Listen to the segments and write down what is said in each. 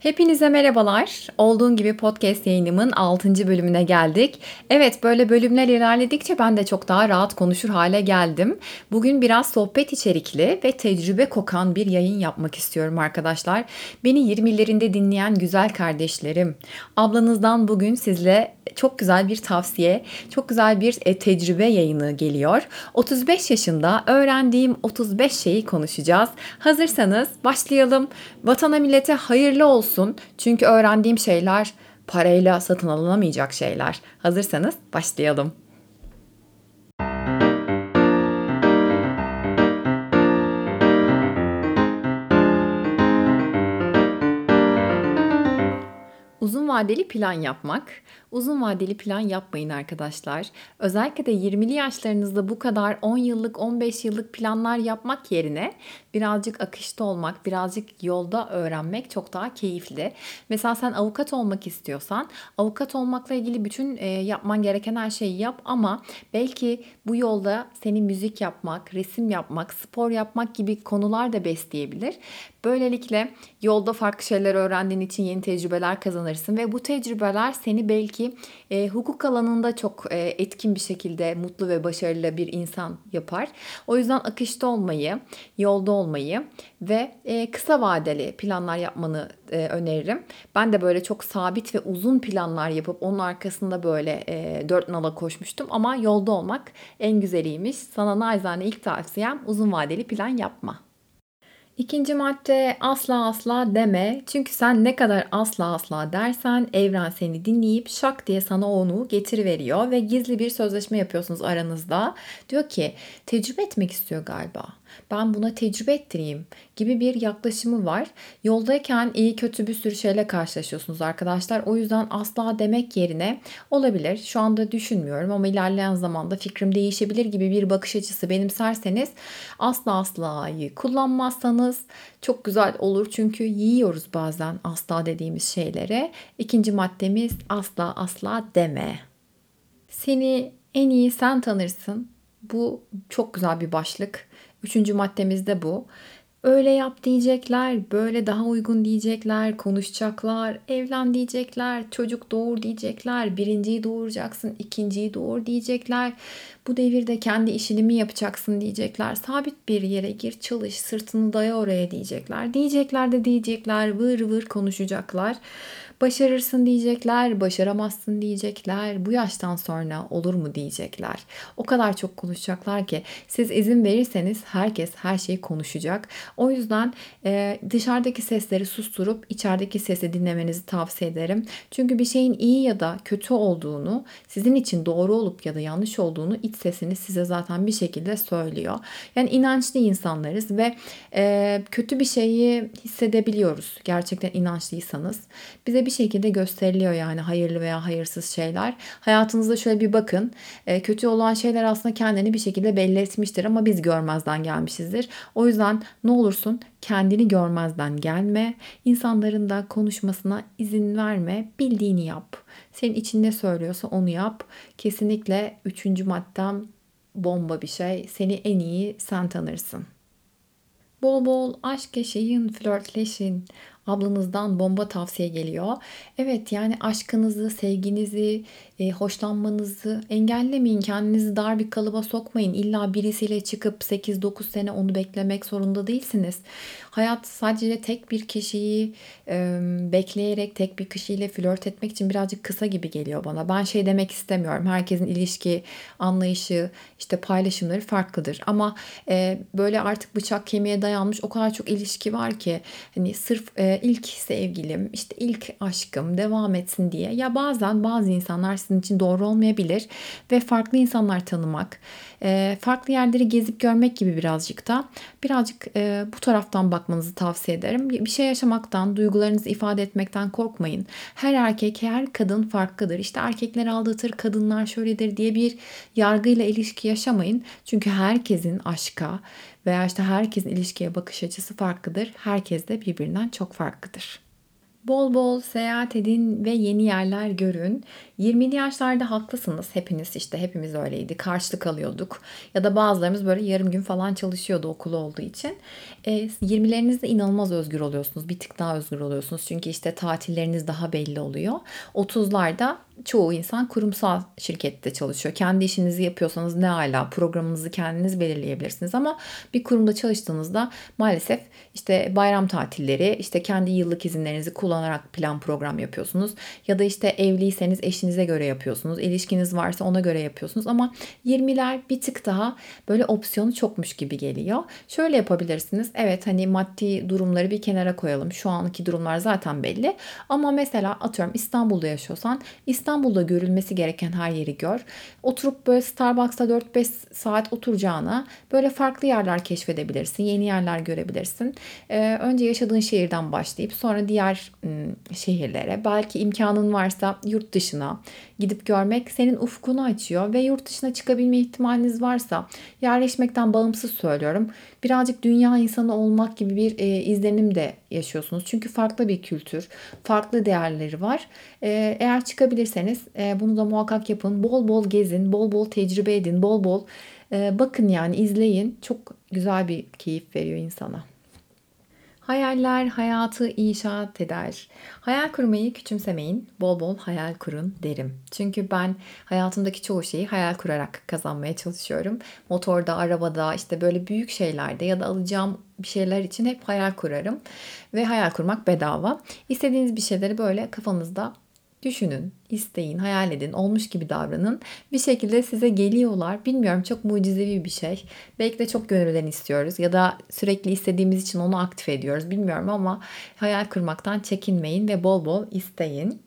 Hepinize merhabalar. Olduğun gibi podcast yayınımın 6. bölümüne geldik. Evet, böyle bölümler ilerledikçe ben de çok daha rahat konuşur hale geldim. Bugün biraz sohbet içerikli ve tecrübe kokan bir yayın yapmak istiyorum arkadaşlar. Beni 20'lerinde dinleyen güzel kardeşlerim, ablanızdan bugün sizle çok güzel bir tavsiye, çok güzel bir tecrübe yayını geliyor. 35 yaşında öğrendiğim 35 şeyi konuşacağız. Hazırsanız başlayalım. Vatana millete hayırlı olsun. Çünkü öğrendiğim şeyler parayla satın alınamayacak şeyler. Hazırsanız başlayalım. Uzun vadeli plan yapmak. Uzun vadeli plan yapmayın arkadaşlar. Özellikle de 20'li yaşlarınızda bu kadar 10 yıllık, 15 yıllık planlar yapmak yerine birazcık akışta olmak, birazcık yolda öğrenmek çok daha keyifli. Mesela sen avukat olmak istiyorsan, avukat olmakla ilgili bütün yapman gereken her şeyi yap ama belki bu yolda seni müzik yapmak, resim yapmak, spor yapmak gibi konular da besleyebilir. Böylelikle yolda farklı şeyler öğrendiğin için yeni tecrübeler kazanırsın ve bu tecrübeler seni belki hukuk alanında çok etkin bir şekilde mutlu ve başarılı bir insan yapar. O yüzden akışta olmayı, yolda olmayı ve kısa vadeli planlar yapmanı öneririm. Ben de böyle çok sabit ve uzun planlar yapıp onun arkasında böyle dört nala koşmuştum ama yolda olmak en güzeliymiş. Sana naçizane ilk tavsiyem uzun vadeli plan yapma. İkinci madde asla asla deme. Çünkü sen ne kadar asla asla dersen evren seni dinleyip şak diye sana onu getiriveriyor ve gizli bir sözleşme yapıyorsunuz aranızda. Diyor ki tecrübe etmek istiyor galiba. Ben buna tecrübe ettireyim gibi bir yaklaşımı var. Yoldayken iyi kötü bir sürü şeyle karşılaşıyorsunuz arkadaşlar. O yüzden asla demek yerine olabilir. Şu anda düşünmüyorum ama ilerleyen zamanda fikrim değişebilir gibi bir bakış açısı benimserseniz asla asla'yı kullanmazsanız çok güzel olur. Çünkü yiyoruz bazen asla dediğimiz şeylere. İkinci maddemiz asla asla deme. Seni en iyi sen tanırsın. Bu çok güzel bir başlık. Üçüncü maddemiz de bu. Öyle yap diyecekler, böyle daha uygun diyecekler, konuşacaklar, evlen diyecekler, çocuk doğur diyecekler, birinciyi doğuracaksın, ikinciyi doğur diyecekler. Bu devirde kendi işini mi yapacaksın diyecekler. Sabit bir yere gir, çalış, sırtını daya oraya diyecekler. Diyecekler de diyecekler, vır vır konuşacaklar. Başarırsın diyecekler, başaramazsın diyecekler. Bu yaştan sonra olur mu diyecekler. O kadar çok konuşacaklar ki siz izin verirseniz herkes her şeyi konuşacak. O yüzden dışarıdaki sesleri susturup içerideki sesi dinlemenizi tavsiye ederim. Çünkü bir şeyin iyi ya da kötü olduğunu, sizin için doğru olup ya da yanlış olduğunu iç sesiniz size zaten bir şekilde söylüyor. Yani inançlı insanlarız ve kötü bir şeyi hissedebiliyoruz. Gerçekten inançlıysanız. Bize bir şekilde gösteriliyor yani hayırlı veya hayırsız şeyler. Hayatınızda şöyle bir bakın. Kötü olan şeyler aslında kendini bir şekilde belli etmiştir ama biz görmezden gelmişizdir. O yüzden ne olursun kendini görmezden gelme. İnsanların da konuşmasına izin verme. Bildiğini yap. Senin için ne söylüyorsa onu yap. Kesinlikle üçüncü maddem bomba bir şey. Seni en iyi sen tanırsın. Bol bol aşk yaşayın, flörtleşin. Ablanızdan bomba tavsiye geliyor. Evet yani aşkınızı, sevginizi, hoşlanmanızı engellemeyin. Kendinizi dar bir kalıba sokmayın. İlla birisiyle çıkıp 8-9 sene onu beklemek zorunda değilsiniz. Hayat sadece tek bir kişiyi bekleyerek tek bir kişiyle flört etmek için birazcık kısa gibi geliyor bana. Ben şey demek istemiyorum. Herkesin ilişki anlayışı, işte paylaşımları farklıdır. Ama böyle artık bıçak kemiğe dayanmış o kadar çok ilişki var ki hani sırf ilk sevgilim, işte ilk aşkım devam etsin diye. Ya bazen bazı insanlar sizin için doğru olmayabilir ve farklı insanlar tanımak, farklı yerleri gezip görmek gibi birazcık bu taraftan bakmanızı tavsiye ederim. Bir şey yaşamaktan, duygularınızı ifade etmekten korkmayın. Her erkek, her kadın farklıdır. İşte erkekler aldatır, kadınlar şöyledir diye bir yargıyla ilişki yaşamayın. Çünkü herkesin aşka veya işte herkesin ilişkiye bakış açısı farklıdır. Herkes de birbirinden çok farklıdır. Bol bol seyahat edin ve yeni yerler görün. 20'li yaşlarda haklısınız. Hepiniz işte hepimiz öyleydi. Karşılık alıyorduk. Ya da bazılarımız böyle yarım gün falan çalışıyordu okulu olduğu için. 20'lerinizde inanılmaz özgür oluyorsunuz. Bir tık daha özgür oluyorsunuz. Çünkü işte tatilleriniz daha belli oluyor. 30'larda çoğu insan kurumsal şirkette çalışıyor. Kendi işinizi yapıyorsanız ne ala, programınızı kendiniz belirleyebilirsiniz ama bir kurumda çalıştığınızda maalesef işte bayram tatilleri, işte kendi yıllık izinlerinizi kullanarak plan program yapıyorsunuz ya da işte evliyseniz eşinize göre yapıyorsunuz. İlişkiniz varsa ona göre yapıyorsunuz ama 20'ler bir tık daha böyle opsiyonu çokmuş gibi geliyor. Şöyle yapabilirsiniz. Evet, hani maddi durumları bir kenara koyalım. Şu anki durumlar zaten belli. Ama mesela atıyorum İstanbul'da yaşıyorsan İstanbul'da görülmesi gereken her yeri gör. Oturup böyle Starbucks'ta 4-5 saat oturacağına böyle farklı yerler keşfedebilirsin. Yeni yerler görebilirsin. Önce yaşadığın şehirden başlayıp sonra diğer şehirlere, belki imkanın varsa yurt dışına gidip görmek senin ufkunu açıyor ve yurt dışına çıkabilme ihtimaliniz varsa, yerleşmekten bağımsız söylüyorum, birazcık dünya insanı olmak gibi bir izlenim de yaşıyorsunuz. Çünkü farklı bir kültür, farklı değerleri var. Eğer çıkabilirseniz bunu da muhakkak yapın. Bol bol gezin, bol bol tecrübe edin, bol bol bakın, yani izleyin. Çok güzel bir keyif veriyor insana. Hayaller hayatı inşaat eder. Hayal kurmayı küçümsemeyin, bol bol hayal kurun derim. Çünkü ben hayatımdaki çoğu şeyi hayal kurarak kazanmaya çalışıyorum. Motorda, arabada, işte böyle büyük şeylerde ya da alacağım bir şeyler için hep hayal kurarım. Ve hayal kurmak bedava. İstediğiniz bir şeyleri böyle kafanızda düşünün, isteyin, hayal edin, olmuş gibi davranın. Bir şekilde size geliyorlar. Bilmiyorum, çok mucizevi bir şey. Belki de çok gönülden istiyoruz ya da sürekli istediğimiz için onu aktif ediyoruz. Bilmiyorum ama hayal kurmaktan çekinmeyin ve bol bol isteyin.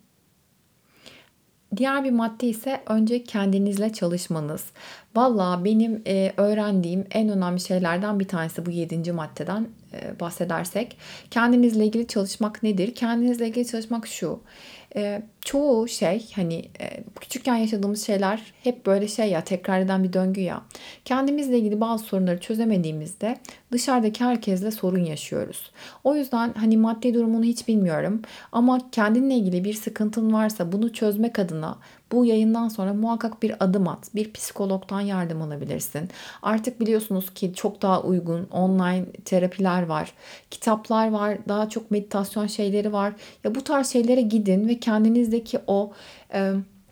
Diğer bir madde ise önce kendinizle çalışmanız. Valla benim öğrendiğim en önemli şeylerden bir tanesi bu 7. maddeden bahsedersek. Kendinizle ilgili çalışmak nedir? Kendinizle ilgili çalışmak şu. Çoğu şey, hani küçükken yaşadığımız şeyler hep böyle şey ya, tekrar eden bir döngü ya. Kendimizle ilgili bazı sorunları çözemediğimizde dışarıdaki herkesle sorun yaşıyoruz. O yüzden hani maddi durumunu hiç bilmiyorum ama kendinle ilgili bir sıkıntın varsa bunu çözmek adına bu yayından sonra muhakkak bir adım at. Bir psikologdan yardım alabilirsin. Artık biliyorsunuz ki çok daha uygun online terapiler var. Kitaplar var. Daha çok meditasyon şeyleri var. Ya bu tarz şeylere gidin ve kendinizdeki o e,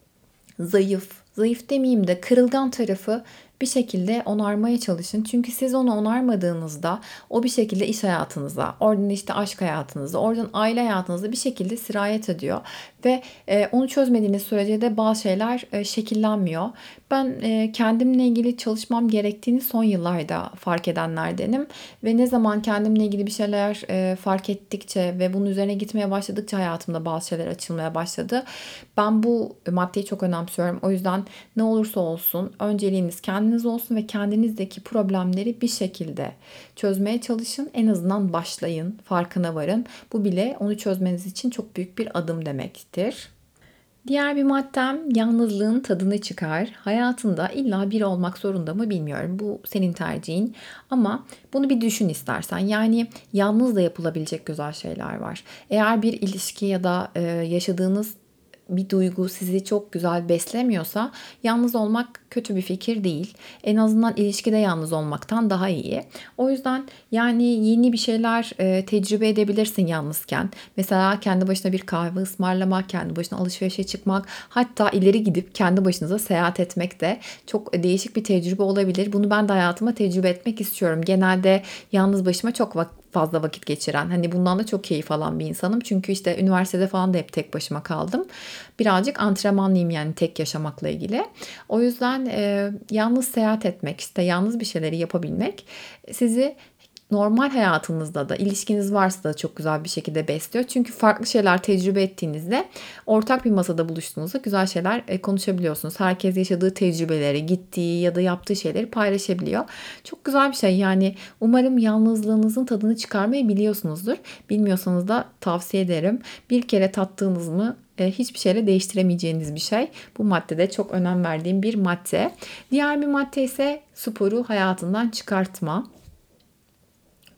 zayıf demeyeyim de kırılgan tarafı bir şekilde onarmaya çalışın. Çünkü siz onu onarmadığınızda o bir şekilde iş hayatınıza, oradan işte aşk hayatınıza, oradan aile hayatınıza bir şekilde sirayet ediyor. Ve onu çözmediğiniz sürece de bazı şeyler şekillenmiyor. Ben kendimle ilgili çalışmam gerektiğini son yıllarda fark edenlerdenim. Ve ne zaman kendimle ilgili bir şeyler fark ettikçe ve bunun üzerine gitmeye başladıkça hayatımda bazı şeyler açılmaya başladı. Ben bu maddeyi çok önemsiyorum. O yüzden ne olursa olsun önceliğiniz kendiniz olsun ve kendinizdeki problemleri bir şekilde çözmeye çalışın. En azından başlayın, farkına varın. Bu bile onu çözmeniz için çok büyük bir adım demektir. Diğer bir maddem, yalnızlığın tadını çıkar. Hayatında illa biri olmak zorunda mı bilmiyorum. Bu senin tercihin. Ama bunu bir düşün istersen. Yani yalnız da yapılabilecek güzel şeyler var. Eğer bir ilişki ya da yaşadığınız bir duygu sizi çok güzel beslemiyorsa yalnız olmak kötü bir fikir değil. En azından ilişkide yalnız olmaktan daha iyi. O yüzden yani yeni bir şeyler tecrübe edebilirsin yalnızken. Mesela kendi başına bir kahve ısmarlamak, kendi başına alışverişe çıkmak, hatta ileri gidip kendi başınıza seyahat etmek de çok değişik bir tecrübe olabilir. Bunu ben de hayatıma tecrübe etmek istiyorum. Genelde yalnız başıma çok fazla vakit geçiren, hani bundan da çok keyif alan bir insanım. Çünkü işte üniversitede falan da hep tek başıma kaldım. Birazcık antrenmanlıyım yani tek yaşamakla ilgili. O yüzden yalnız seyahat etmek, işte yalnız bir şeyleri yapabilmek sizi normal hayatınızda da, ilişkiniz varsa da çok güzel bir şekilde besliyor. Çünkü farklı şeyler tecrübe ettiğinizde ortak bir masada buluştuğunuzda güzel şeyler konuşabiliyorsunuz. Herkes yaşadığı tecrübeleri, gittiği ya da yaptığı şeyleri paylaşabiliyor. Çok güzel bir şey. Yani umarım yalnızlığınızın tadını çıkarmayı biliyorsunuzdur. Bilmiyorsanız da tavsiye ederim. Bir kere tattığınız mı hiçbir şeyle değiştiremeyeceğiniz bir şey. Bu maddede çok önem verdiğim bir madde. Diğer bir madde ise sporu hayatından çıkartma.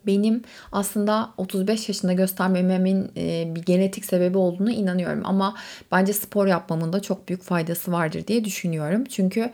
Benim aslında 35 yaşında göstermememin, bir genetik sebebi olduğuna inanıyorum ama bence spor yapmamın da çok büyük faydası vardır diye düşünüyorum. Çünkü,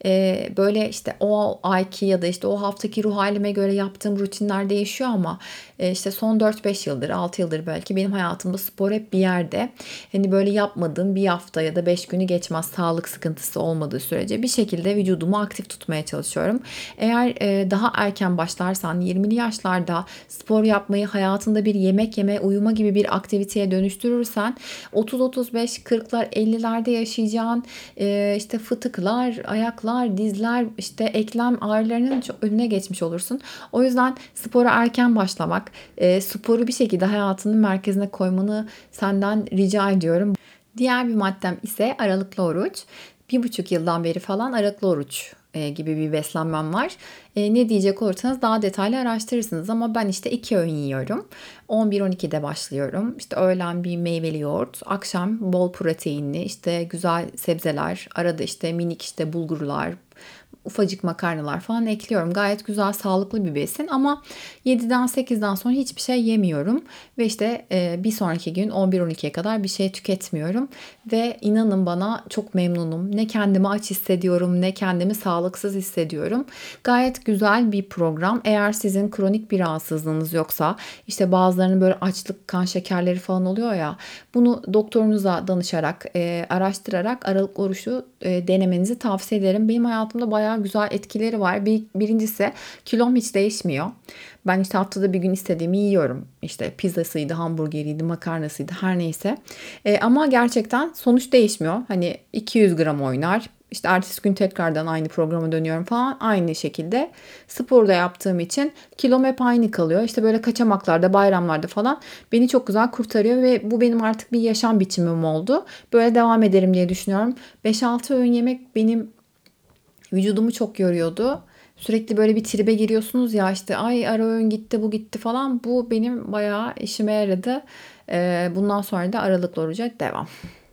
böyle, işte, o ayki ya da, işte, o haftaki ruh hâlime göre yaptığım rutinler değişiyor ama, işte, son 4-5 yıldır, 6 yıldır belki benim hayatımda spor hep bir yerde. Hani, böyle, yapmadığım 1 hafta ya da 5 günü geçmez sağlık sıkıntısı olmadığı sürece bir şekilde vücudumu aktif tutmaya çalışıyorum. Eğer, daha erken başlarsan 20'li yaşlarda spor yapmayı hayatında bir yemek yeme, uyuma gibi bir aktiviteye dönüştürürsen 30-35, 40'lar, 50'lerde yaşayacağın, işte, fıtıklar, ayaklar, dizler, işte, eklem ağrılarının önüne geçmiş olursun. O yüzden spora erken başlamak, sporu bir şekilde hayatının merkezine koymanı senden rica ediyorum. Diğer bir maddem ise aralıklı oruç. 1,5 yıldan beri falan aralıklı oruç, gibi bir beslenmem var. Ne diyecek olursanız daha detaylı araştırırsınız ama ben, işte, 2 öğün yiyorum. 11-12'de başlıyorum. İşte, öğlen bir meyveli yoğurt, akşam bol proteinli, işte, güzel sebzeler, arada, işte, minik, işte, bulgurlar, ufacık makarnalar falan ekliyorum. Gayet güzel, sağlıklı bir besin ama 7'den 8'den sonra hiçbir şey yemiyorum ve, işte, bir sonraki gün 11-12'ye kadar bir şey tüketmiyorum ve inanın bana çok memnunum. Ne kendimi aç hissediyorum ne kendimi sağlıksız hissediyorum. Gayet güzel bir program. Eğer sizin kronik bir rahatsızlığınız yoksa, işte, bazılarının böyle açlık, kan şekerleri falan oluyor ya, bunu doktorunuza danışarak, araştırarak aralıklı oruçu, denemenizi tavsiye ederim. Benim hayatımda bayağı güzel etkileri var. Birincisi kilom hiç değişmiyor. Ben, işte, haftada bir gün istediğimi yiyorum. İşte, pizzasıydı, hamburgeriydi, makarnasıydı her neyse. Ama gerçekten sonuç değişmiyor. Hani 200 gram oynar, işte, ertesi gün tekrardan aynı programa dönüyorum falan. Aynı şekilde spor da yaptığım için kilom hep aynı kalıyor. İşte, böyle kaçamaklarda, bayramlarda falan beni çok güzel kurtarıyor ve bu benim artık bir yaşam biçimim oldu. Böyle devam ederim diye düşünüyorum. 5-6 öğün yemek benim vücudumu çok yoruyordu. Sürekli böyle bir tribe giriyorsunuz ya, işte, "Ay, ara öğün gitti, bu gitti." falan. Bu benim bayağı işime yaradı. Bundan sonra da aralıklı oruca devam.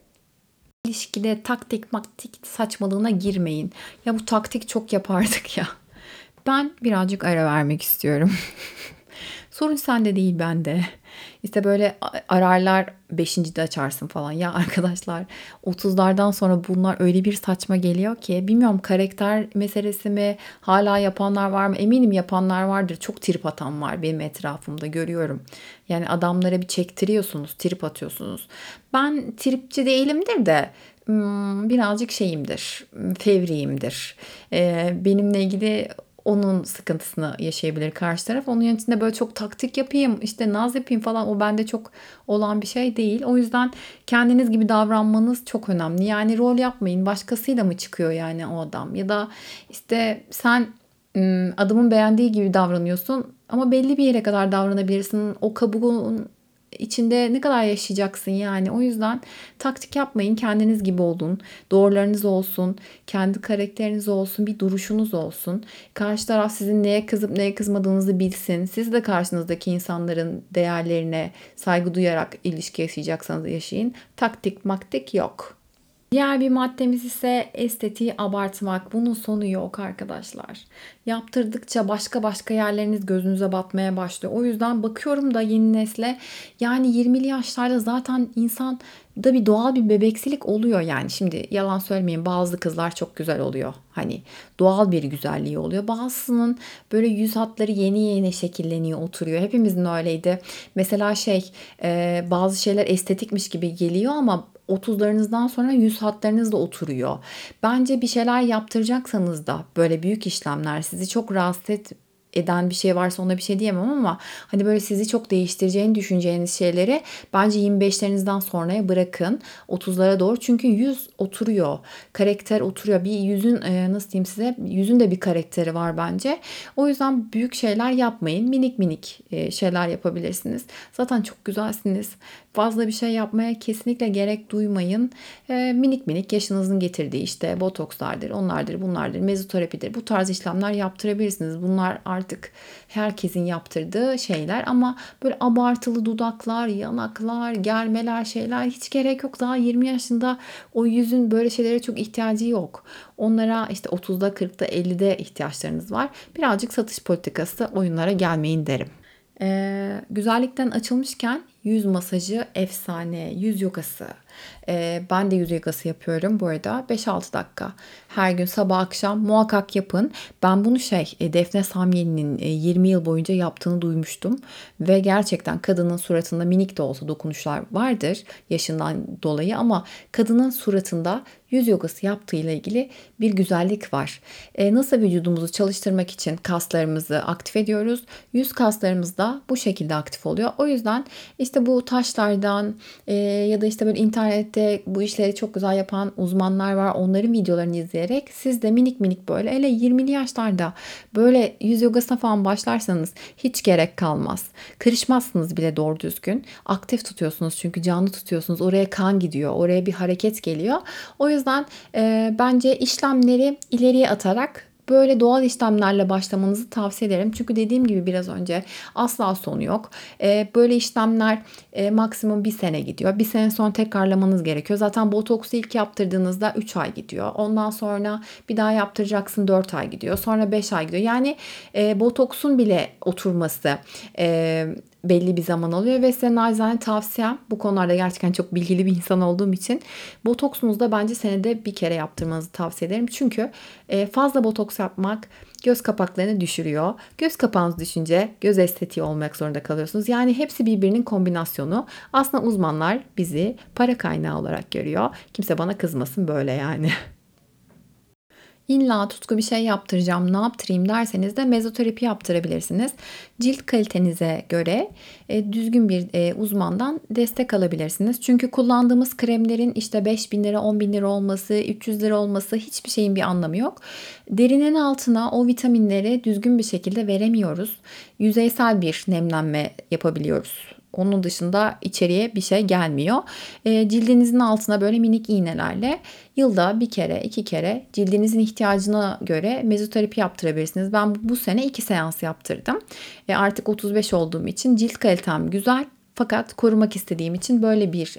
İlişkide taktik maktik saçmalığına girmeyin. Ya, bu taktik çok yapardık ya. Ben birazcık ara vermek istiyorum. Sorun sende değil bende. İşte, böyle, ararlar 5'incide açarsın falan. Ya, arkadaşlar 30'lardan sonra bunlar öyle bir saçma geliyor ki bilmiyorum karakter meselesi mi, hâlâ yapanlar var mı? Eminim yapanlar vardır. Çok trip atan var benim etrafımda görüyorum. Yani adamlara bir çektiriyorsunuz, trip atıyorsunuz. Ben tripçi değilimdir de, birazcık şeyimdir, fevriyimdir. Benimle ilgili onun sıkıntısını yaşayabilir karşı taraf. Onun için de böyle çok taktik yapayım, işte naz yapayım falan o bende çok olan bir şey değil. O yüzden kendiniz gibi davranmanız çok önemli. Yani rol yapmayın. Başkasıyla mı çıkıyor yani o adam? Ya da işte sen adamın beğendiği gibi davranıyorsun ama belli bir yere kadar davranabilirsin. O kabuğun içinde ne kadar yaşayacaksın yani. O yüzden taktik yapmayın. Kendiniz gibi olun. Doğrularınız olsun. Kendi karakteriniz olsun. Bir duruşunuz olsun. Karşı taraf sizin neye kızıp neye kızmadığınızı bilsin. Siz de karşınızdaki insanların değerlerine saygı duyarak ilişki yaşayacaksanız yaşayın. Taktik maktik yok. Diğer bir maddemiz ise estetiği abartmak. Bunun sonu yok arkadaşlar. Yaptırdıkça başka başka yerleriniz gözünüze batmaya başlıyor. O yüzden bakıyorum da yeni nesle yani 20'li yaşlarda zaten insan da bir doğal bir bebeksilik oluyor yani. Şimdi yalan söylemeyin bazı kızlar çok güzel oluyor. Hani doğal bir güzelliği oluyor. Bazısının böyle yüz hatları yeni yeni şekilleniyor, oturuyor. Hepimizin öyleydi. Mesela bazı şeyler estetikmiş gibi geliyor ama 30'larınızdan sonra yüz hatlarınız da oturuyor. Bence bir şeyler yaptıracaksanız da böyle büyük işlemler sizi çok rahatsız eden bir şey varsa ona bir şey diyemem ama hani böyle sizi çok değiştireceğini düşüneceğiniz şeyleri bence 25'lerinizden sonraya bırakın 30'lara doğru çünkü yüz oturuyor. Karakter oturuyor. Bir yüzün nasıl diyeyim size yüzün de bir karakteri var bence. O yüzden büyük şeyler yapmayın. Minik minik şeyler yapabilirsiniz. Zaten çok güzelsiniz. Fazla bir şey yapmaya kesinlikle gerek duymayın. Minik minik yaşınızın getirdiği işte botokslardır, onlardır, bunlardır, mezoterapidir. Bu tarz işlemler yaptırabilirsiniz. Bunlar artık herkesin yaptırdığı şeyler ama böyle abartılı dudaklar, yanaklar, germeler şeyler hiç gerek yok. Daha 20 yaşında o yüzün böyle şeylere çok ihtiyacı yok. Onlara işte 30'da, 40'da, 50'de ihtiyaçlarınız var. Birazcık satış politikası oyunlara gelmeyin derim. Güzellikten açılmışken yüz masajı efsane, yüz yogası. Ben de yüz yogası yapıyorum bu arada 5-6 dakika. Her gün sabah akşam muhakkak yapın. Ben bunu Defne Samyeli'nin 20 yıl boyunca yaptığını duymuştum. Ve gerçekten kadının suratında minik de olsa dokunuşlar vardır yaşından dolayı ama kadının suratında yüz yogası yaptığıyla ilgili bir güzellik var. Nasıl vücudumuzu çalıştırmak için kaslarımızı aktif ediyoruz. Yüz kaslarımız da bu şekilde aktif oluyor. O yüzden işte bu taşlardan ya da işte böyle internette bu işleri çok güzel yapan uzmanlar var. Onların videolarını izleyerek siz de minik minik böyle hele 20'li yaşlarda böyle yüz yogasına falan başlarsanız hiç gerek kalmaz. Kırışmazsınız bile doğru düzgün. Aktif tutuyorsunuz çünkü canlı tutuyorsunuz. Oraya kan gidiyor. Oraya bir hareket geliyor. O yüzden bence işlemleri ileriye atarak böyle doğal işlemlerle başlamanızı tavsiye ederim. Çünkü dediğim gibi biraz önce asla sonu yok. Böyle işlemler maksimum bir sene gidiyor. Bir sene sonra tekrarlamanız gerekiyor. Zaten botoksu ilk yaptırdığınızda 3 ay gidiyor. Ondan sonra bir daha yaptıracaksın 4 ay gidiyor. Sonra 5 ay gidiyor. Yani botoksun bile oturması belli bir zaman alıyor ve size naçizane tavsiyem bu konularda gerçekten çok bilgili bir insan olduğum için botoksunuzu da bence senede bir kere yaptırmanızı tavsiye ederim. Çünkü fazla botoks yapmak göz kapaklarını düşürüyor. Göz kapağınız düşünce göz estetiği olmak zorunda kalıyorsunuz. Yani hepsi birbirinin kombinasyonu. Aslında uzmanlar bizi para kaynağı olarak görüyor. Kimse bana kızmasın böyle yani. İlla tutku bir şey yaptıracağım, ne yaptırayım derseniz de mezoterapi yaptırabilirsiniz. Cilt kalitenize göre düzgün bir uzmandan destek alabilirsiniz. Çünkü kullandığımız kremlerin işte 5.000 lira, 10.000 lira olması, 300 lira olması hiçbir şeyin bir anlamı yok. Derinin altına o vitaminleri düzgün bir şekilde veremiyoruz. Yüzeysel bir nemlenme yapabiliyoruz. Onun dışında içeriye bir şey gelmiyor. Cildinizin altına böyle minik iğnelerle yılda bir kere, iki kere cildinizin ihtiyacına göre mezoterapi yaptırabilirsiniz. Ben bu sene 2 seans yaptırdım. Artık 35 olduğum için cilt kalitem güzel. Fakat korumak istediğim için böyle bir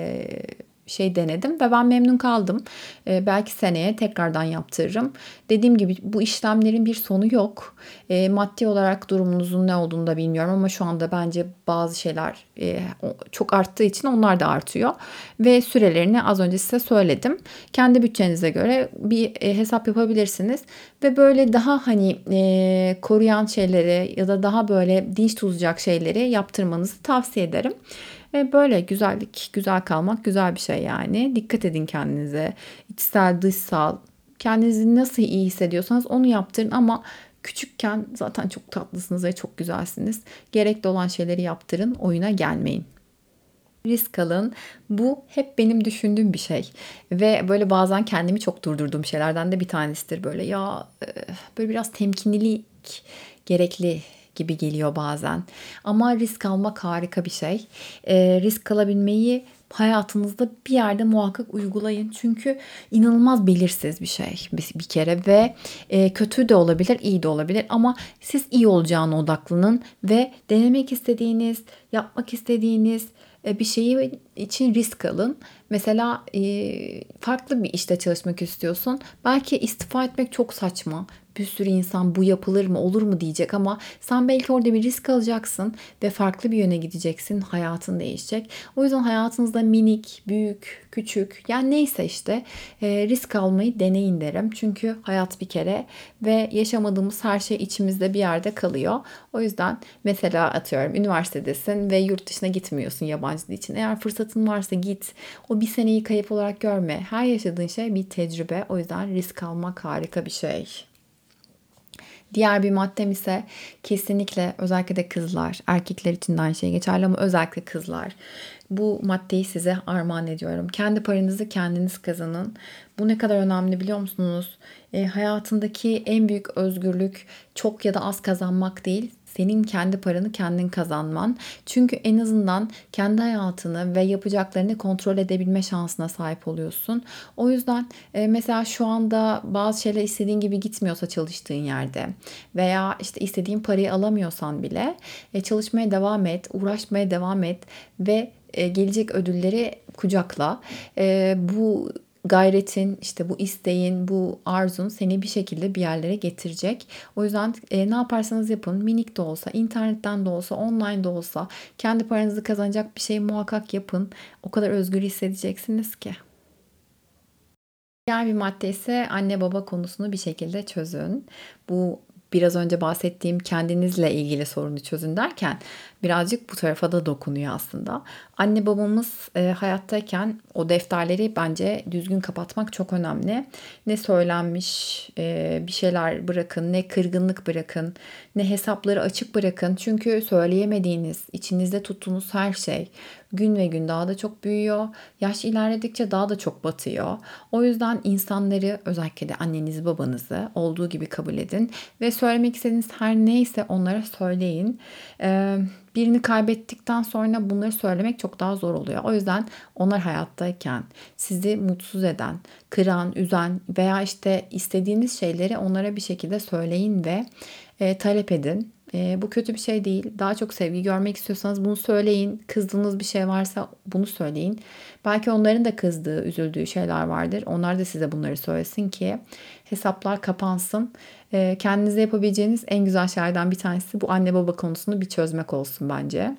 denedim ve ben memnun kaldım. Belki seneye tekrardan yaptırırım. Dediğim gibi bu işlemlerin bir sonu yok. Maddi olarak durumunuzun ne olduğunu da bilmiyorum ama şu anda bence bazı şeyler çok arttığı için onlar da artıyor. Ve sürelerini az önce size söyledim. Kendi bütçenize göre bir hesap yapabilirsiniz ve böyle daha hani koruyan şeyleri ya da daha böyle dinç tutacak şeyleri yaptırmanızı tavsiye ederim. Böyle güzellik, güzel kalmak güzel bir şey yani. Dikkat edin kendinize. İçsel, dışsal. Kendinizi nasıl iyi hissediyorsanız onu yaptırın ama küçükken zaten çok tatlısınız ve çok güzelsiniz. Gerekli olan şeyleri yaptırın, oyuna gelmeyin. Risk alın. Bu hep benim düşündüğüm bir şey. Ve böyle bazen kendimi çok durdurduğum şeylerden de bir tanesidir. Böyle böyle biraz temkinlilik gerekli gibi geliyor bazen. Ama risk almak harika bir şey. Risk alabilmeyi hayatınızda bir yerde muhakkak uygulayın. Çünkü inanılmaz belirsiz bir şey bir kere ve kötü de olabilir, iyi de olabilir ama siz iyi olacağına odaklanın ve denemek istediğiniz, yapmak istediğiniz bir şeyi için risk alın. Mesela farklı bir işte çalışmak istiyorsun. Belki istifa etmek çok saçma. Bir sürü insan bu yapılır mı, olur mu diyecek ama sen belki orada bir risk alacaksın ve farklı bir yöne gideceksin. Hayatın değişecek. O yüzden hayatınızda minik, büyük, küçük yani neyse işte risk almayı deneyin derim. Çünkü hayat bir kere ve yaşamadığımız her şey içimizde bir yerde kalıyor. O yüzden mesela atıyorum üniversitedesin ve yurt dışına gitmiyorsun yabancı dil için. Eğer fırsatın varsa git. O bir seneyi kayıp olarak görme. Her yaşadığın şey bir tecrübe. O yüzden risk almak harika bir şey. Diğer bir maddem ise kesinlikle özellikle de kızlar, erkekler için de aynı şey geçerli ama özellikle kızlar. Bu maddeyi size armağan ediyorum. Kendi paranızı kendiniz kazanın. Bu ne kadar önemli biliyor musunuz? Hayatındaki en büyük özgürlük çok ya da az kazanmak değil. Senin kendi paranı kendin kazanman. Çünkü en azından kendi hayatını ve yapacaklarını kontrol edebilme şansına sahip oluyorsun. O yüzden mesela şu anda bazı şeyler istediğin gibi gitmiyorsa çalıştığın yerde veya işte istediğin parayı alamıyorsan bile çalışmaya devam et, uğraşmaya devam et ve gelecek ödülleri kucakla. Bu gayretin, işte bu isteğin, bu arzun seni bir şekilde bir yerlere getirecek. O yüzden ne yaparsanız yapın, minik de olsa, internetten de olsa, online de olsa, kendi paranızı kazanacak bir şey muhakkak yapın. O kadar özgür hissedeceksiniz ki. Diğer bir madde ise anne baba konusunu bir şekilde çözün. Bu biraz önce bahsettiğim kendinizle ilgili sorunu çözün derken birazcık bu tarafa da dokunuyor aslında. Anne babamız hayattayken o defterleri bence düzgün kapatmak çok önemli. Ne söylenmiş bir şeyler bırakın, ne kırgınlık bırakın, ne hesapları açık bırakın. Çünkü söyleyemediğiniz, içinizde tuttuğunuz her şey gün ve gün daha da çok büyüyor. Yaş ilerledikçe daha da çok batıyor. O yüzden insanları, özellikle de annenizi babanızı olduğu gibi kabul edin ve söylemek istediğiniz her neyse onlara söyleyin. Birini kaybettikten sonra bunları söylemek çok daha zor oluyor. O yüzden onlar hayattayken sizi mutsuz eden, kıran, üzen veya işte istediğiniz şeyleri onlara bir şekilde söyleyin ve talep edin. Bu kötü bir şey değil. Daha çok sevgi görmek istiyorsanız bunu söyleyin. Kızdığınız bir şey varsa bunu söyleyin. Belki onların da kızdığı, üzüldüğü şeyler vardır. Onlar da size bunları söylesin ki hesaplar kapansın. Kendinize yapabileceğiniz en güzel şeylerden bir tanesi bu anne baba konusunu bir çözmek olsun bence.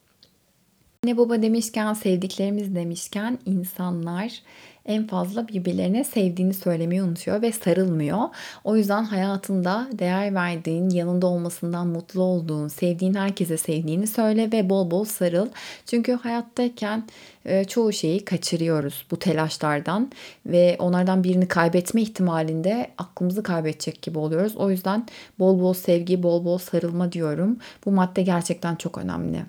Anne baba demişken, sevdiklerimiz demişken insanlar en fazla birbirlerine sevdiğini söylemeyi unutuyor ve sarılmıyor. O yüzden hayatında değer verdiğin, yanında olmasından mutlu olduğun, sevdiğin herkese sevdiğini söyle ve bol bol sarıl. Çünkü hayattayken çoğu şeyi kaçırıyoruz bu telaşlardan ve onlardan birini kaybetme ihtimalinde aklımızı kaybedecek gibi oluyoruz. O yüzden bol bol sevgi, bol bol sarılma diyorum. Bu madde gerçekten çok önemli.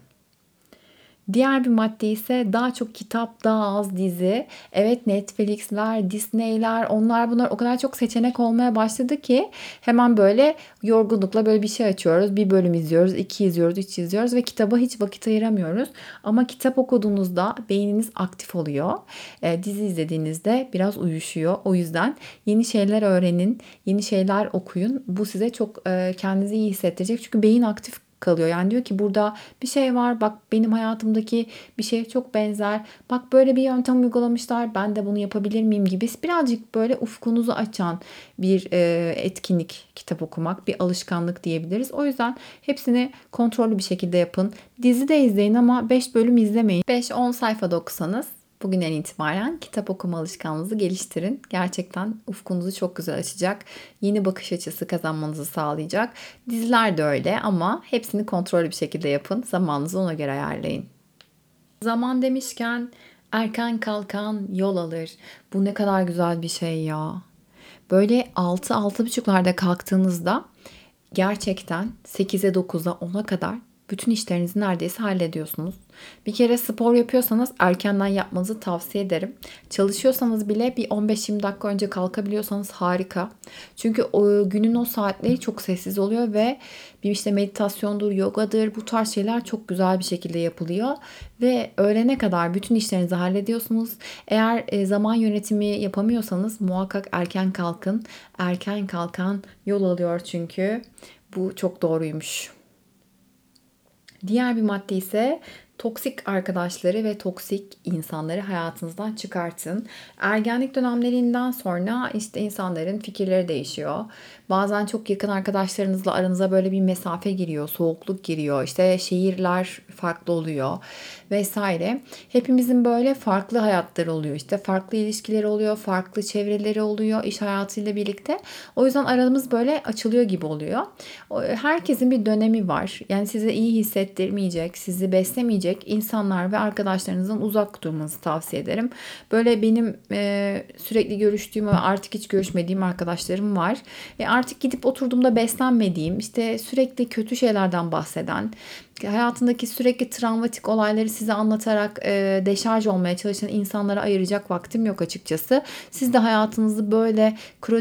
Diğer bir madde ise daha çok kitap, daha az dizi. Evet, Netflix'ler, Disney'ler, onlar bunlar o kadar çok seçenek olmaya başladı ki hemen böyle yorgunlukla böyle bir şey açıyoruz. Bir bölüm izliyoruz, iki izliyoruz, üç izliyoruz ve kitaba hiç vakit ayıramıyoruz. Ama kitap okuduğunuzda beyniniz aktif oluyor. Dizi izlediğinizde biraz uyuşuyor. O yüzden yeni şeyler öğrenin, yeni şeyler okuyun. Bu size çok kendinizi iyi hissettirecek. Çünkü beyin aktif kalıyor. Yani diyor ki burada bir şey var. Bak benim hayatımdaki bir şeye çok benzer. Bak böyle bir yöntem uygulamışlar. Ben de bunu yapabilir miyim gibi birazcık böyle ufkunuzu açan bir etkinlik kitap okumak, bir alışkanlık diyebiliriz. O yüzden hepsini kontrollü bir şekilde yapın. Dizi de izleyin ama 5 bölüm izlemeyin. 5-10 sayfada okusanız bugünden itibaren kitap okuma alışkanlığınızı geliştirin. Gerçekten ufkunuzu çok güzel açacak. Yeni bakış açısı kazanmanızı sağlayacak. Diziler de öyle ama hepsini kontrollü bir şekilde yapın. Zamanınızı ona göre ayarlayın. Zaman demişken erken kalkan yol alır. Bu ne kadar güzel bir şey ya. Böyle 6-6.30'larda kalktığınızda gerçekten 8'e 9'a 10'a kadar bütün işlerinizi neredeyse hallediyorsunuz. Bir kere spor yapıyorsanız erkenden yapmanızı tavsiye ederim. Çalışıyorsanız bile bir 15-20 dakika önce kalkabiliyorsanız harika. Çünkü o günün o saatleri çok sessiz oluyor ve bir işte meditasyondur, yogadır, bu tarz şeyler çok güzel bir şekilde yapılıyor. Ve öğlene kadar bütün işlerinizi hallediyorsunuz. Eğer zaman yönetimi yapamıyorsanız muhakkak erken kalkın. Erken kalkan yol alıyor çünkü. Bu çok doğruymuş. Diğer bir madde ise toksik arkadaşları ve toksik insanları hayatınızdan çıkartın. Ergenlik dönemlerinden sonra işte insanların fikirleri değişiyor. Bazen çok yakın arkadaşlarınızla aranıza böyle bir mesafe giriyor, soğukluk giriyor. İşte şehirler farklı oluyor vesaire. Hepimizin böyle farklı hayatları oluyor. İşte farklı ilişkileri oluyor, farklı çevreleri oluyor iş hayatıyla birlikte. O yüzden aramız böyle açılıyor gibi oluyor. Herkesin bir dönemi var. Yani size iyi hissettirmeyecek, sizi beslemeyecek insanlar ve arkadaşlarınızdan uzak durmanızı tavsiye ederim. Böyle benim sürekli görüştüğüm ve artık hiç görüşmediğim arkadaşlarım var. Artık gidip oturduğumda beslenmediğim, işte sürekli kötü şeylerden bahseden, hayatındaki sürekli travmatik olayları size anlatarak deşarj olmaya çalışan insanlara ayıracak vaktim yok açıkçası. Siz de hayatınızı böyle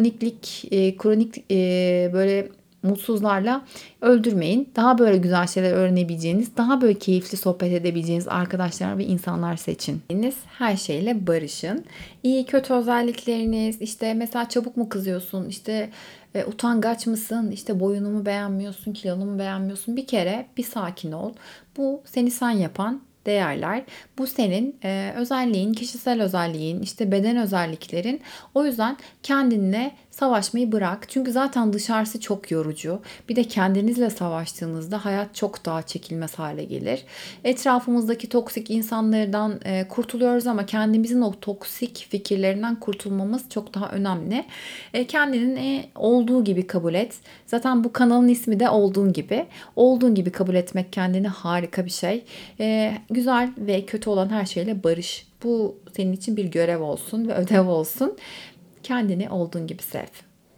kronik böyle mutsuzlarla öldürmeyin. Daha böyle güzel şeyler öğrenebileceğiniz, daha böyle keyifli sohbet edebileceğiniz arkadaşlar ve insanlar seçin. Her şeyle barışın. İyi kötü özellikleriniz, işte mesela çabuk mu kızıyorsun, işte utangaç mısın, işte boyunu mu beğenmiyorsun, kilonu mu beğenmiyorsun? Bir kere bir sakin ol. Bu seni sen yapan değerler. Bu senin özelliğin, kişisel özelliğin, işte beden özelliklerin. O yüzden kendinle savaşmayı bırak. Çünkü zaten dışarısı çok yorucu. Bir de kendinizle savaştığınızda hayat çok daha çekilmez hale gelir. Etrafımızdaki toksik insanlardan kurtuluyoruz ama kendimizin o toksik fikirlerinden kurtulmamız çok daha önemli. Kendinin olduğu gibi kabul et. Zaten bu kanalın ismi de olduğun gibi. Olduğun gibi kabul etmek kendini harika bir şey. Güzel ve kötü olan her şeyle barış. Bu senin için bir görev olsun ve ödev olsun. Kendini olduğun gibi sev.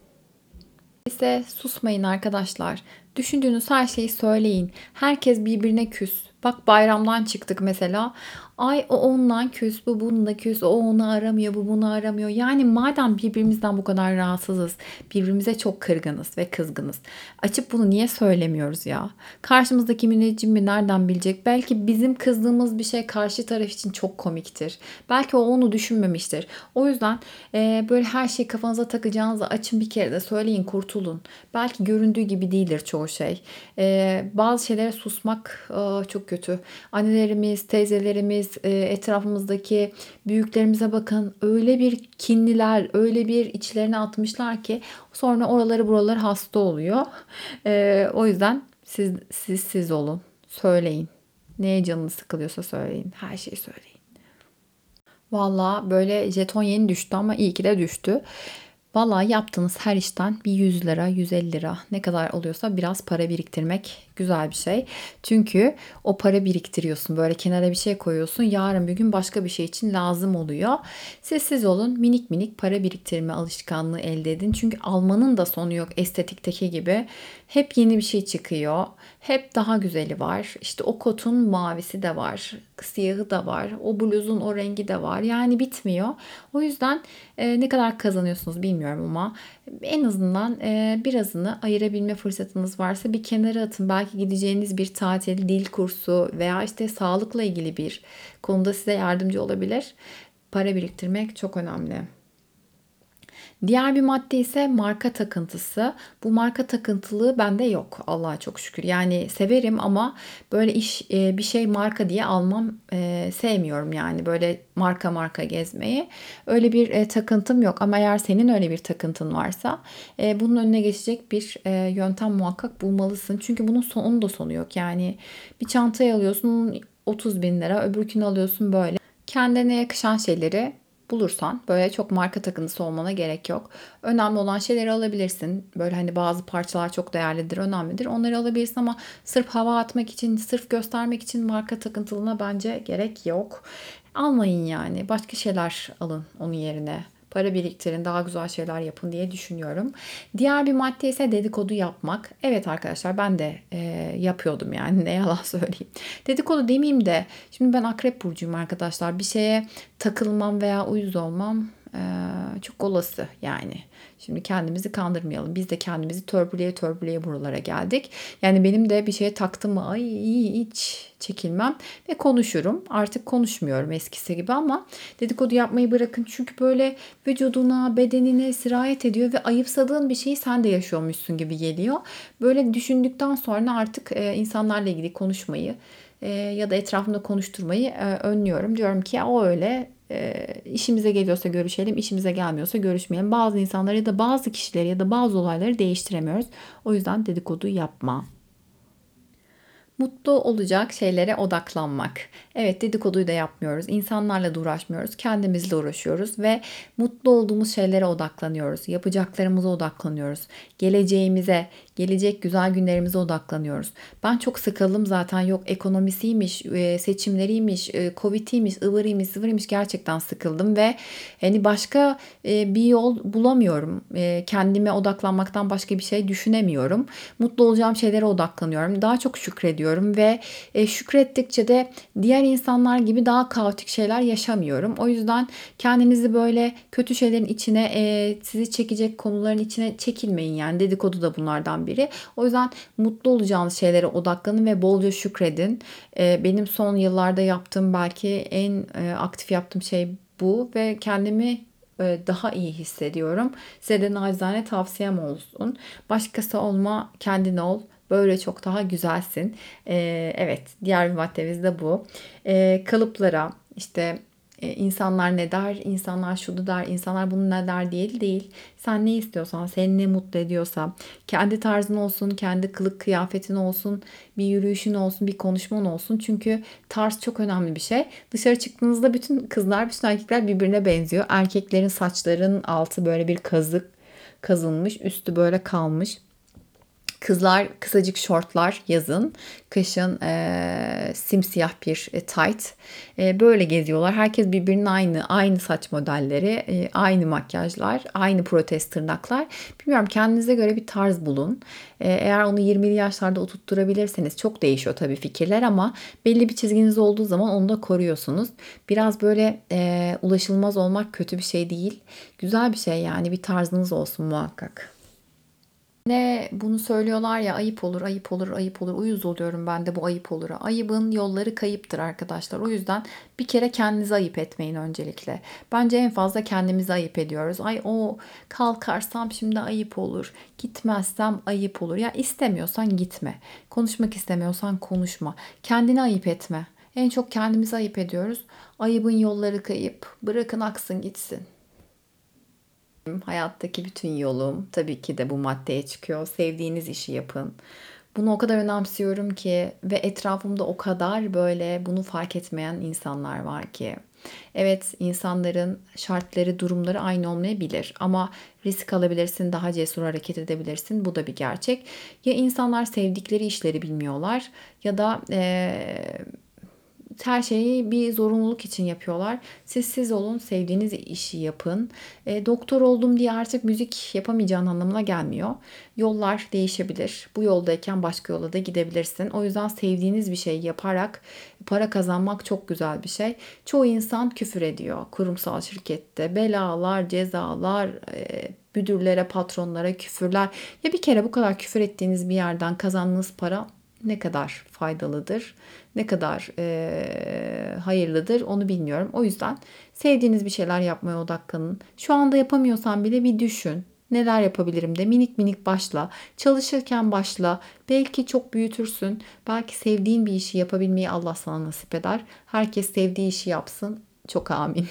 İse susmayın arkadaşlar. Düşündüğünüz her şeyi söyleyin. Herkes birbirine küs. Bak bayramdan çıktık mesela. Ay o ondan küs, bu bununla küs, o onu aramıyor, bu bunu aramıyor. Yani madem birbirimizden bu kadar rahatsızız, birbirimize çok kırgınız ve kızgınız. Açıp bunu niye söylemiyoruz ya? Karşımızdaki müneccim mi nereden bilecek? Belki bizim kızdığımız bir şey karşı taraf için çok komiktir. Belki o onu düşünmemiştir. O yüzden böyle her şeyi kafanıza takacağınızı açın bir kere de söyleyin, kurtulun. Belki göründüğü gibi değildir çoğu şey. Bazı şeylere susmak çok kötü. Annelerimiz, teyzelerimiz, etrafımızdaki büyüklerimize bakın. Öyle bir kinliler, öyle bir içlerine atmışlar ki sonra oraları buraları hasta oluyor. O yüzden siz olun. Söyleyin. Neye canınız sıkılıyorsa söyleyin. Her şeyi söyleyin. Valla böyle jeton yeni düştü ama iyi ki de düştü. Valla yaptığınız her işten bir 100 lira, 150 lira ne kadar oluyorsa biraz para biriktirmek güzel bir şey. Çünkü o para biriktiriyorsun. Böyle kenara bir şey koyuyorsun. Yarın bir gün başka bir şey için lazım oluyor. Sessiz olun. Minik minik para biriktirme alışkanlığı elde edin. Çünkü almanın da sonu yok estetikteki gibi. Hep yeni bir şey çıkıyor. Hep daha güzeli var. İşte o kotun mavisi de var. Siyahı da var. O bluzun o rengi de var. Yani bitmiyor. O yüzden ne kadar kazanıyorsunuz bilmiyorum ama en azından birazını ayırabilme fırsatınız varsa bir kenara atın. Belki gideceğiniz bir tatil, dil kursu veya işte sağlıkla ilgili bir konuda size yardımcı olabilir. Para biriktirmek çok önemli. Diğer bir madde ise marka takıntısı. Bu marka takıntılığı bende yok Allah'a çok şükür. Yani severim ama böyle bir şey marka diye almam, sevmiyorum yani böyle marka marka gezmeyi. Öyle bir takıntım yok ama eğer senin öyle bir takıntın varsa bunun önüne geçecek bir yöntem muhakkak bulmalısın. Çünkü bunun sonun da sonu yok. Yani bir çantayı alıyorsun 30 bin lira, öbürkünü alıyorsun böyle. Kendine yakışan şeyleri bulursan böyle çok marka takıntısı olmana gerek yok. Önemli olan şeyleri alabilirsin. Böyle hani bazı parçalar çok değerlidir, önemlidir. Onları alabilirsin ama sırf hava atmak için, sırf göstermek için marka takıntılığına bence gerek yok. Almayın yani. Başka şeyler alın onun yerine. Para biriktirin, daha güzel şeyler yapın diye düşünüyorum. Diğer bir madde ise dedikodu yapmak. Evet arkadaşlar ben de yapıyordum yani ne yalan söyleyeyim. Dedikodu demeyeyim de şimdi ben Akrep Burcu'yum arkadaşlar. Bir şeye takılmam veya uyuz olmam çok olası yani. Şimdi kendimizi kandırmayalım. Biz de kendimizi törpüleye törpüleye buralara geldik. Yani benim de bir şeye taktım mı ay hiç çekilmem ve konuşurum. Artık konuşmuyorum eskisi gibi ama dedikodu yapmayı bırakın. Çünkü böyle vücuduna, bedenine sirayet ediyor ve ayıpsadığın bir şeyi sen de yaşıyormuşsun gibi geliyor. Böyle düşündükten sonra artık insanlarla ilgili konuşmayı ya da etrafımda konuşturmayı önlüyorum. Diyorum ki ya o öyle işimize geliyorsa görüşelim, işimize gelmiyorsa görüşmeyelim. Bazı insanları ya da bazı kişileri ya da bazı olayları değiştiremiyoruz. O yüzden dedikodu yapma. Mutlu olacak şeylere odaklanmak. Evet dedikoduyu da yapmıyoruz. İnsanlarla da uğraşmıyoruz. Kendimizle uğraşıyoruz ve mutlu olduğumuz şeylere odaklanıyoruz. Yapacaklarımıza odaklanıyoruz. Geleceğimize, gelecek güzel günlerimize odaklanıyoruz. Ben çok sıkıldım zaten. Yok ekonomisiymiş, seçimleriymiş, Covid'iymiş, ıvırıymış, zıvırıymış gerçekten sıkıldım ve hani başka bir yol bulamıyorum. Kendime odaklanmaktan başka bir şey düşünemiyorum. Mutlu olacağım şeylere odaklanıyorum. Daha çok şükrediyorum ve şükrettikçe de diğer insanlar gibi daha kaotik şeyler yaşamıyorum. O yüzden kendinizi böyle kötü şeylerin içine, sizi çekecek konuların içine çekilmeyin yani. Dedikodu da bunlardan biri. O yüzden mutlu olacağınız şeylere odaklanın ve bolca şükredin. Benim son yıllarda yaptığım belki en aktif yaptığım şey bu ve kendimi daha iyi hissediyorum. Size de nacizane tavsiyem olsun. Başkası olma, kendin ol. Böyle çok daha güzelsin. Evet, diğer bir maddemiz de bu. Kalıplara işte insanlar ne der, insanlar şunu der, insanlar bunu ne der değil. Sen ne istiyorsan, seni ne mutlu ediyorsa, kendi tarzın olsun, kendi kılık kıyafetin olsun, bir yürüyüşün olsun, bir konuşman olsun. Çünkü tarz çok önemli bir şey. Dışarı çıktığınızda bütün kızlar, bütün erkekler birbirine benziyor. Erkeklerin saçların altı böyle bir kazınmış, üstü böyle kalmış. Kızlar kısacık şortlar yazın, kışın simsiyah bir tight. Böyle geziyorlar. Herkes birbirinin aynı saç modelleri, aynı makyajlar, aynı protez tırnaklar. Bilmiyorum, kendinize göre bir tarz bulun. Eğer onu 20'li yaşlarda oturtturabilirseniz, çok değişiyor tabii fikirler, ama belli bir çizginiz olduğu zaman onu da koruyorsunuz. Biraz böyle ulaşılmaz olmak kötü bir şey değil. Güzel bir şey yani, bir tarzınız olsun muhakkak. Ne bunu söylüyorlar ya, ayıp olur, ayıp olur, ayıp olur. Uyuz oluyorum ben de bu ayıp olura. Ayıbın yolları kayıptır arkadaşlar. O yüzden bir kere kendinizi ayıp etmeyin öncelikle. Bence en fazla kendimizi ayıp ediyoruz. Ay, o kalkarsam şimdi ayıp olur. Gitmezsem ayıp olur. Ya istemiyorsan gitme. Konuşmak istemiyorsan konuşma. Kendini ayıp etme. En çok kendimizi ayıp ediyoruz. Ayıbın yolları kayıp. Bırakın aksın gitsin. Hayattaki bütün yolum tabii ki de bu maddeye çıkıyor. Sevdiğiniz işi yapın. Bunu o kadar önemsiyorum ki, ve etrafımda o kadar böyle bunu fark etmeyen insanlar var ki. Evet, insanların şartları, durumları aynı olmayabilir, ama risk alabilirsin, daha cesur hareket edebilirsin. Bu da bir gerçek. Ya insanlar sevdikleri işleri bilmiyorlar, ya da her şeyi bir zorunluluk için yapıyorlar. Siz olun, sevdiğiniz işi yapın. Doktor oldum diye artık müzik yapamayacağın anlamına gelmiyor. Yollar değişebilir. Bu yoldayken başka yola da gidebilirsin. O yüzden sevdiğiniz bir şey yaparak para kazanmak çok güzel bir şey. Çoğu insan küfür ediyor kurumsal şirkette. Belalar, cezalar, müdürlere, patronlara küfürler. Ya bir kere bu kadar küfür ettiğiniz bir yerden kazandığınız para ne kadar faydalıdır, ne kadar hayırlıdır onu bilmiyorum. O yüzden sevdiğiniz bir şeyler yapmaya odaklanın. Şu anda yapamıyorsan bile bir düşün. Neler yapabilirim de minik minik başla. Çalışırken başla. Belki çok büyütürsün. Belki sevdiğin bir işi yapabilmeyi Allah sana nasip eder. Herkes sevdiği işi yapsın. Çok amin.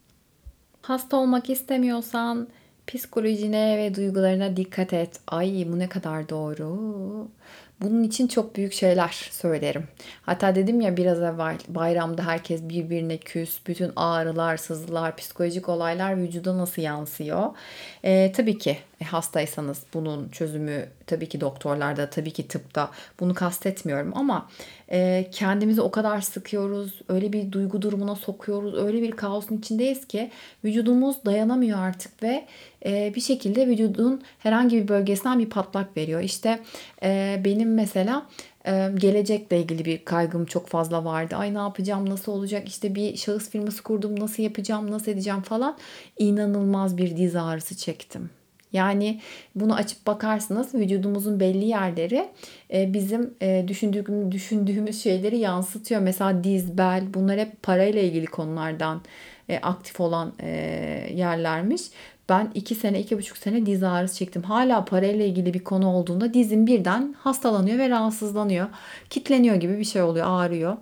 Hasta olmak istemiyorsan psikolojine ve duygularına dikkat et. Ay, bu ne kadar doğru. Bunun için çok büyük şeyler söylerim. Hatta dedim ya biraz evvel, bayramda herkes birbirine küs, bütün ağrılar, sızılar, psikolojik olaylar vücuda nasıl yansıyor? Tabii ki hastaysanız bunun çözümü tabii ki doktorlarda, tabii ki tıpta, bunu kastetmiyorum, ama kendimizi o kadar sıkıyoruz, öyle bir duygu durumuna sokuyoruz, öyle bir kaosun içindeyiz ki vücudumuz dayanamıyor artık, ve bir şekilde vücudun herhangi bir bölgesinden bir patlak veriyor. İşte benim mesela gelecekle ilgili bir kaygım çok fazla vardı. Ay, ne yapacağım, nasıl olacak, işte bir şahıs firması kurdum, nasıl yapacağım, nasıl edeceğim falan. İnanılmaz bir diz ağrısı çektim. Yani bunu açıp bakarsınız, vücudumuzun belli yerleri bizim düşündüğümüz şeyleri yansıtıyor. Mesela diz, bel, bunlar hep parayla ilgili konulardan aktif olan yerlermiş. Ben 2 sene, 2,5 sene diz ağrısı çektim. Hala parayla ilgili bir konu olduğunda dizim birden hastalanıyor ve rahatsızlanıyor. Kitleniyor gibi bir şey oluyor, ağrıyor.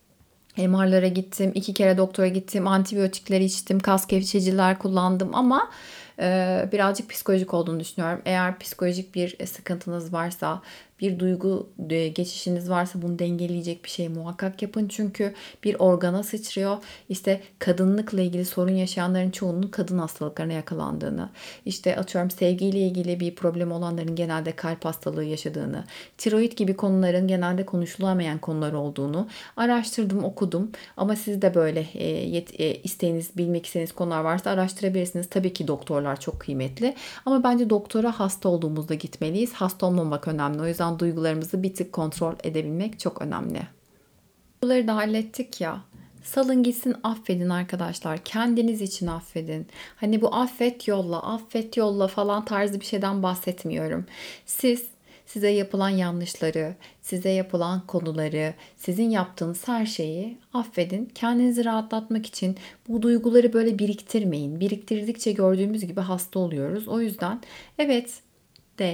MR'lara gittim, 2 kere doktora gittim, antibiyotikleri içtim, kas gevşeticiler kullandım, ama birazcık psikolojik olduğunu düşünüyorum. Eğer psikolojik bir sıkıntınız varsa, bir duygu geçişiniz varsa, bunu dengeleyecek bir şey muhakkak yapın. Çünkü bir organa sıçrıyor. İşte kadınlıkla ilgili sorun yaşayanların çoğunun kadın hastalıklarına yakalandığını, işte atıyorum sevgiyle ilgili bir problem olanların genelde kalp hastalığı yaşadığını, tiroid gibi konuların genelde konuşulamayan konular olduğunu araştırdım, okudum. Ama siz de böyle isteğiniz, bilmek istediğiniz konular varsa araştırabilirsiniz. Tabii ki doktorlar çok kıymetli. Ama bence doktora hasta olduğumuzda gitmeliyiz. Hasta olmamak önemli. O yüzden duygularımızı bir tık kontrol edebilmek çok önemli. Bunları da hallettik ya. Salın gitsin, affedin arkadaşlar. Kendiniz için affedin. Hani bu affet yolla, affet yolla falan tarzı bir şeyden bahsetmiyorum. Siz size yapılan yanlışları, size yapılan konuları, sizin yaptığınız her şeyi affedin. Kendinizi rahatlatmak için bu duyguları böyle biriktirmeyin. Biriktirdikçe gördüğümüz gibi hasta oluyoruz. O yüzden evet de,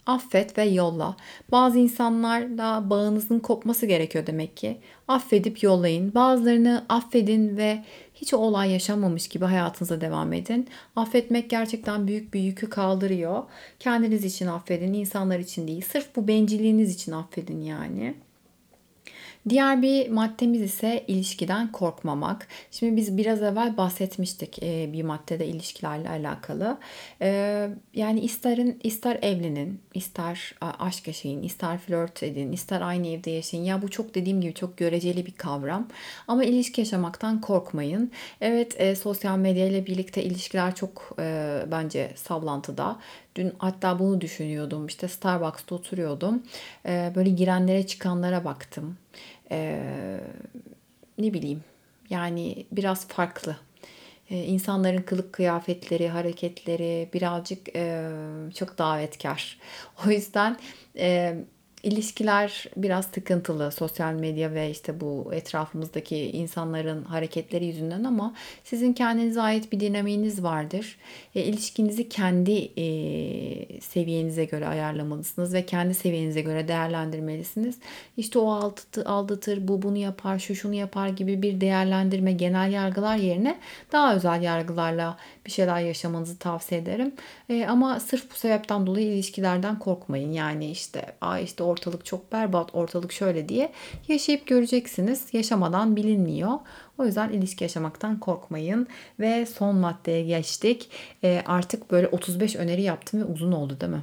Affet ve yolla. Bazı insanlarla bağınızın kopması gerekiyor demek ki. Affedip yollayın. Bazılarını affedin ve hiç o olay yaşanmamış gibi hayatınıza devam edin. Affetmek gerçekten büyük bir yükü kaldırıyor. Kendiniz için affedin, insanlar için değil. Sırf bu bencilliğiniz için affedin yani. Diğer bir maddemiz ise ilişkiden korkmamak. Şimdi biz biraz evvel bahsetmiştik bir maddede ilişkilerle alakalı. Yani ister evlenin, ister aşk yaşayın, ister flört edin, ister aynı evde yaşayın. Ya bu çok dediğim gibi çok göreceli bir kavram. Ama ilişki yaşamaktan korkmayın. Evet, sosyal medya ile birlikte ilişkiler çok bence sallantıda. Dün hatta bunu düşünüyordum. İşte Starbucks'ta oturuyordum. Böyle girenlere çıkanlara baktım. Ee, Ne bileyim, yani biraz farklı. İnsanların kılık kıyafetleri, hareketleri birazcık çok davetkar. O yüzden e, ilişkiler biraz sıkıntılı sosyal medya ve işte bu etrafımızdaki insanların hareketleri yüzünden, ama sizin kendinize ait bir dinamiğiniz vardır. İlişkinizi kendi seviyenize göre ayarlamalısınız ve kendi seviyenize göre değerlendirmelisiniz. İşte o aldatır, bu bunu yapar, şu şunu yapar gibi bir değerlendirme, genel yargılar yerine daha özel yargılarla bir şeyler yaşamanızı tavsiye ederim. Ama sırf bu sebepten dolayı ilişkilerden korkmayın. Yani işte ortalık çok berbat, ortalık şöyle diye yaşayıp göreceksiniz. Yaşamadan bilinmiyor. O yüzden ilişki yaşamaktan korkmayın. Ve son maddeye geçtik. Artık böyle 35 öneri yaptım ve uzun oldu değil mi?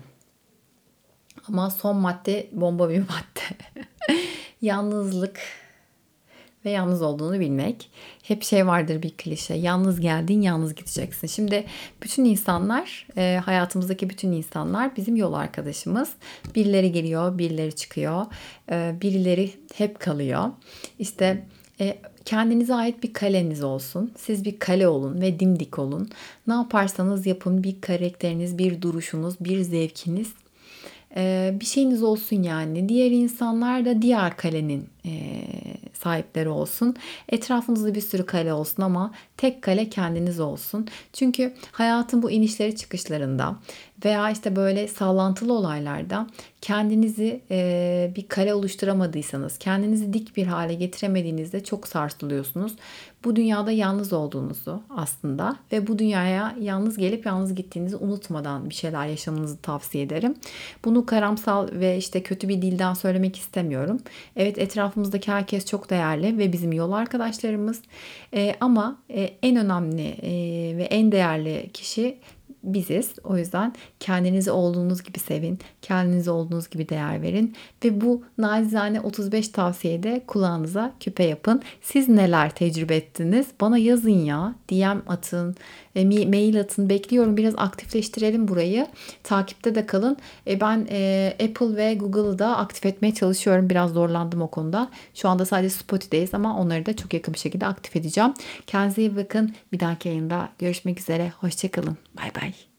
Ama son madde bomba bir madde. Yalnızlık ve yalnız olduğunu bilmek. Hep şey vardır, bir klişe. Yalnız geldin, yalnız gideceksin. Şimdi bütün insanlar, hayatımızdaki bütün insanlar bizim yol arkadaşımız. Birileri geliyor, birileri çıkıyor. Birileri hep kalıyor. İşte kendinize ait bir kaleniz olsun. Siz bir kale olun ve dimdik olun. Ne yaparsanız yapın, bir karakteriniz, bir duruşunuz, bir zevkiniz, bir şeyiniz olsun yani. Diğer insanlar da diğer kalenin sahipleri olsun. Etrafınızda bir sürü kale olsun ama tek kale kendiniz olsun. Çünkü hayatın bu inişleri çıkışlarında veya işte böyle sallantılı olaylarda kendinizi bir kale oluşturamadıysanız, kendinizi dik bir hale getiremediğinizde çok sarsılıyorsunuz. Bu dünyada yalnız olduğunuzu aslında ve bu dünyaya yalnız gelip yalnız gittiğinizi unutmadan bir şeyler yaşamanızı tavsiye ederim. Bunu karamsal ve işte kötü bir dilden söylemek istemiyorum. Evet, etrafımızdaki herkes çok değerli ve bizim yol arkadaşlarımız. Ama en önemli ve en değerli kişi biziz. O yüzden kendinizi olduğunuz gibi sevin. Kendinize olduğunuz gibi değer verin. Ve bu nacizane 35 tavsiyeyi de kulağınıza küpe yapın. Siz neler tecrübe ettiniz? Bana yazın ya. DM atın, mail atın. Bekliyorum. Biraz aktifleştirelim burayı. Takipte de kalın. Ben Apple ve Google'ı da aktif etmeye çalışıyorum. Biraz zorlandım o konuda. Şu anda sadece Spotify'deyiz ama onları da çok yakın bir şekilde aktif edeceğim. Kendinize iyi bakın. Bir dahaki yayında görüşmek üzere. Hoşça kalın. Bay bay.